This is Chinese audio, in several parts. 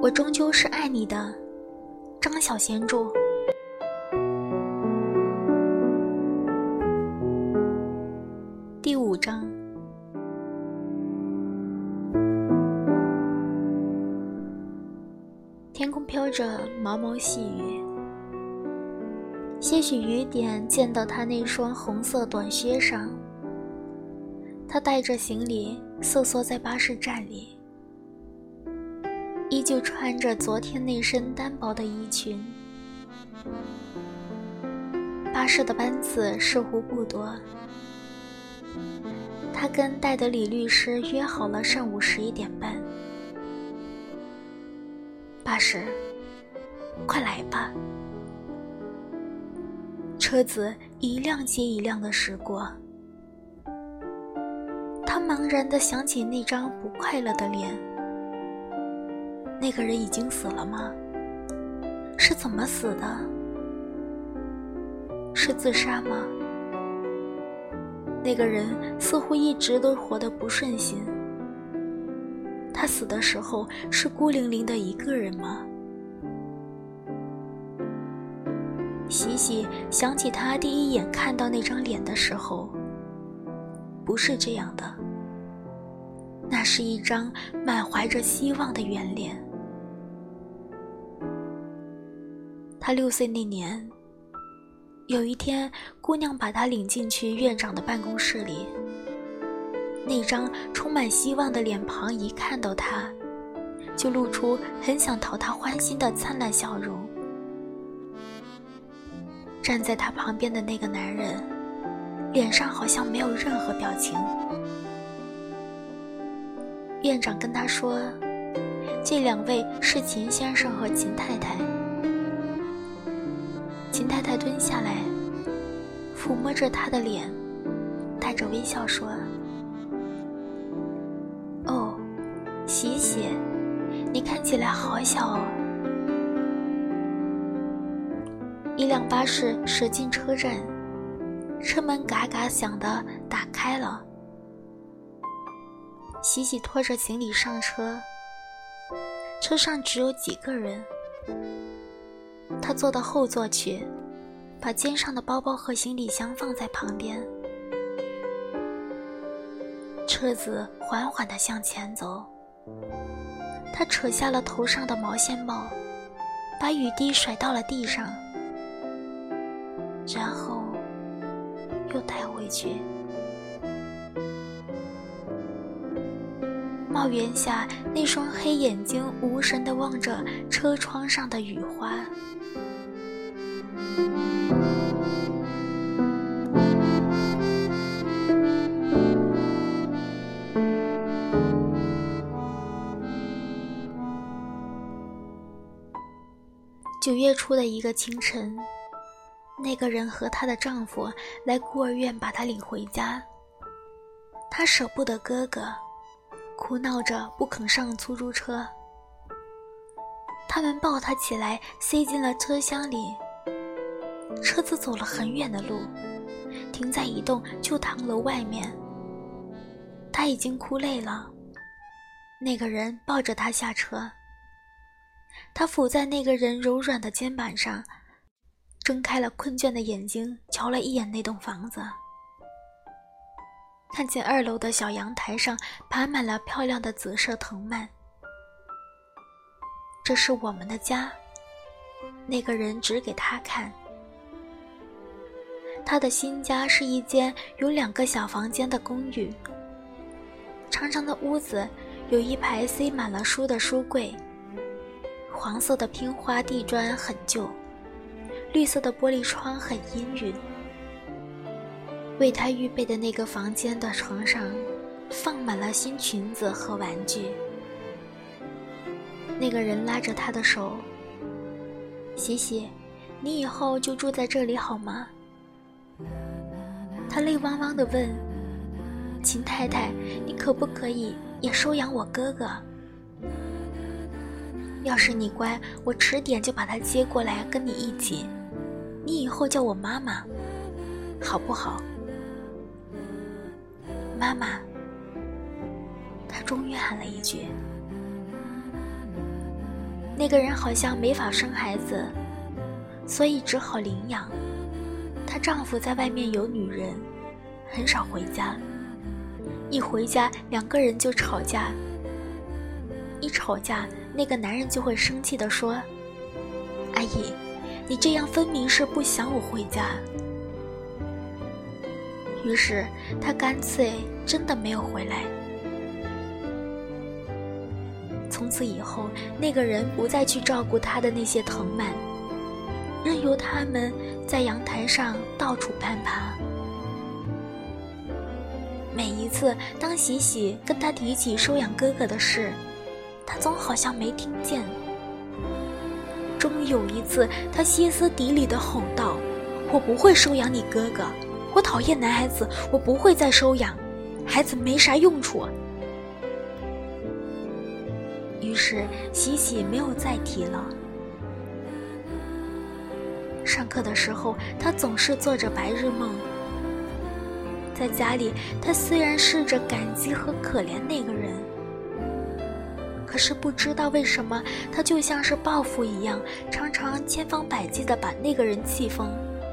我终究是爱你的，张小娴著。第5章。天空飘着毛毛细雨，些许雨点溅到他那双红色短靴上。他带着行李瑟缩在巴士站里，依旧穿着昨天那身单薄的衣裙。巴士的班次似乎不多，他跟戴德里律师约好了上午11点半。巴士，快来吧。车子一辆接一辆地驶过，他茫然地想起那张不快乐的脸。那个人已经死了吗？是怎么死的？是自杀吗？那个人似乎一直都活得不顺心。他死的时候是孤零零的一个人吗？喜喜想起他第一眼看到那张脸的时候，不是这样的，那是一张满怀着希望的圆脸。他6岁那年，有一天姑娘把他领进去院长的办公室里，那张充满希望的脸庞一看到他，就露出很想讨他欢心的灿烂笑容。站在他旁边的那个男人，脸上好像没有任何表情。院长跟他说，这2位是秦先生和秦太太。秦太太蹲下来，抚摸着他的脸，带着微笑说，哦，喜喜，你看起来好小哦。一辆巴士驶进车站，车门嘎嘎响地打开了。喜喜拖着行李上车，车上只有几个人。他坐到后座去，把肩上的包包和行李箱放在旁边。车子缓缓地向前走，他扯下了头上的毛线帽，把雨滴甩到了地上，然后又带回去。帽檐下那双黑眼睛无神地望着车窗上的雨花。9月初的一个清晨，那个人和她的丈夫来孤儿院把她领回家。她舍不得哥哥，哭闹着不肯上出租车。他们抱她起来，塞进了车厢里。车子走了很远的路，停在一栋旧唐楼外面。她已经哭累了，那个人抱着她下车。她伏在那个人柔软的肩膀上，睁开了困倦的眼睛，瞧了一眼那栋房子，看见2楼的小阳台上爬满了漂亮的紫色藤蔓。这是我们的家，那个人指给他看。他的新家是一间有2个小房间的公寓，长长的屋子有一排塞满了书的书柜，黄色的拼花地砖很旧，绿色的玻璃窗很阴郁。为他预备的那个房间的床上放满了新裙子和玩具。那个人拉着他的手，喜喜，你以后就住在这里好吗？他泪汪汪地问，秦太太，你可不可以也收养我哥哥？要是你乖，我迟点就把他接过来跟你一起，你以后叫我妈妈，好不好？妈妈，他终于喊了一句。 那个人好像没法生孩子，所以只好领养。她丈夫在外面有女人，很少回家，一回家两个人就吵架，一吵架那个男人就会生气地说：阿姨，你这样分明是不想我回家。于是她干脆真的没有回来。从此以后，那个人不再去照顾她的那些藤蔓，任由他们在阳台上到处攀爬。每一次当喜喜跟他提起收养哥哥的事，他总好像没听见。终于有一次，他歇斯底里地吼道：我不会收养你哥哥，我讨厌男孩子，我不会再收养，孩子没啥用处。于是喜喜没有再提了。上课的时候，他总是做着白日梦。在家里，他虽然试着感激和可怜那个人，可是不知道为什么，他就像是报复一样，常常千方百计地把那个人气疯。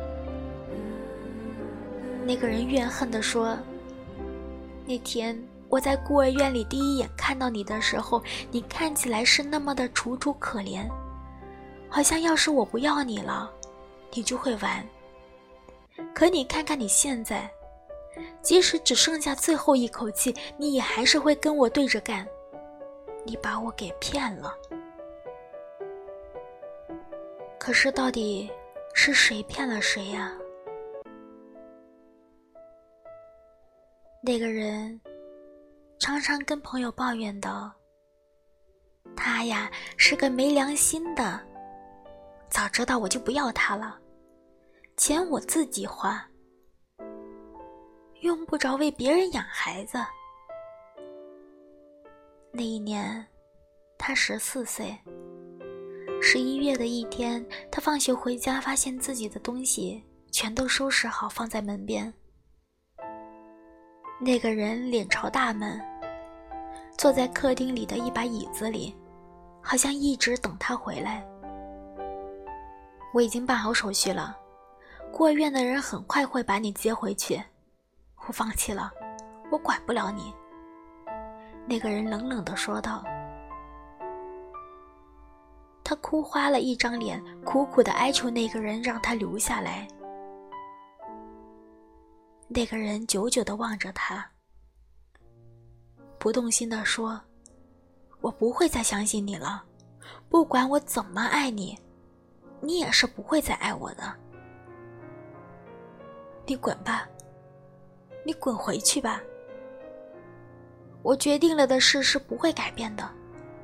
那个人怨恨地说：那天我在孤儿院里第一眼看到你的时候，你看起来是那么的楚楚可怜，好像要是我不要你了，你就会完。可你看看你现在，即使只剩下最后一口气，你也还是会跟我对着干。你把我给骗了。可是到底是谁骗了谁呀？那个人常常跟朋友抱怨道：他呀是个没良心的，早知道我就不要他了，钱我自己花，用不着为别人养孩子。那一年他14岁，11月的一天，他放学回家，发现自己的东西全都收拾好放在门边。那个人脸朝大门，坐在客厅里的一把椅子里，好像一直等他回来。我已经办好手续了，孤儿院的人很快会把你接回去，我放弃了，我管不了你。那个人冷冷地说道。他哭花了一张脸，苦苦地哀求那个人让他留下来。那个人久久地望着他，不动心地说：我不会再相信你了，不管我怎么爱你，你也是不会再爱我的。你滚吧，你滚回去吧，我决定了的事是不会改变的。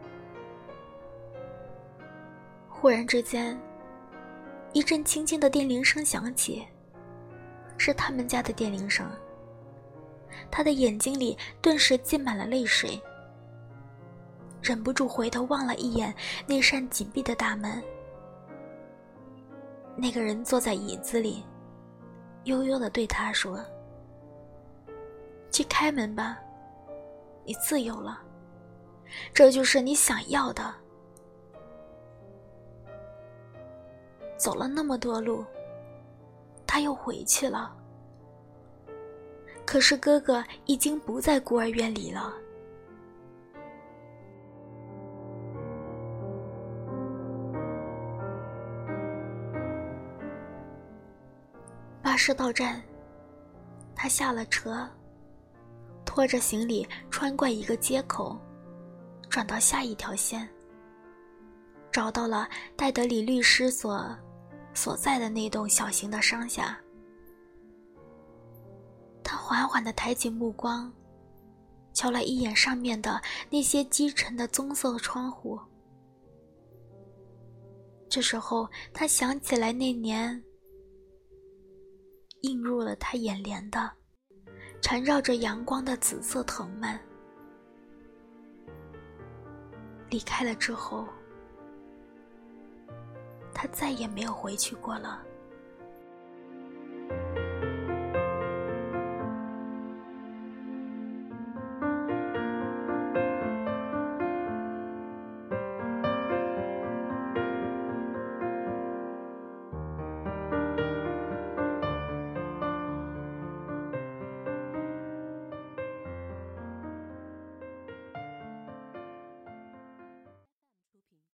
忽然之间，一阵轻轻的电铃声响起，是他们家的电铃声。他的眼睛里顿时浸满了泪水，忍不住回头望了一眼那扇紧闭的大门。那个人坐在椅子里，悠悠地对他说：去开门吧，你自由了，这就是你想要的。走了那么多路，他又回去了。可是哥哥已经不在孤儿院里了。巴士到站，他下了车，拖着行李穿过一个街口，转到下一条线，找到了戴德里律师所在的那栋小型的商厦。他缓缓地抬起目光，瞧了一眼上面的那些积沉的棕色窗户。这时候他想起来那年映入了他眼帘的缠绕着阳光的紫色藤蔓。离开了之后，他再也没有回去过了。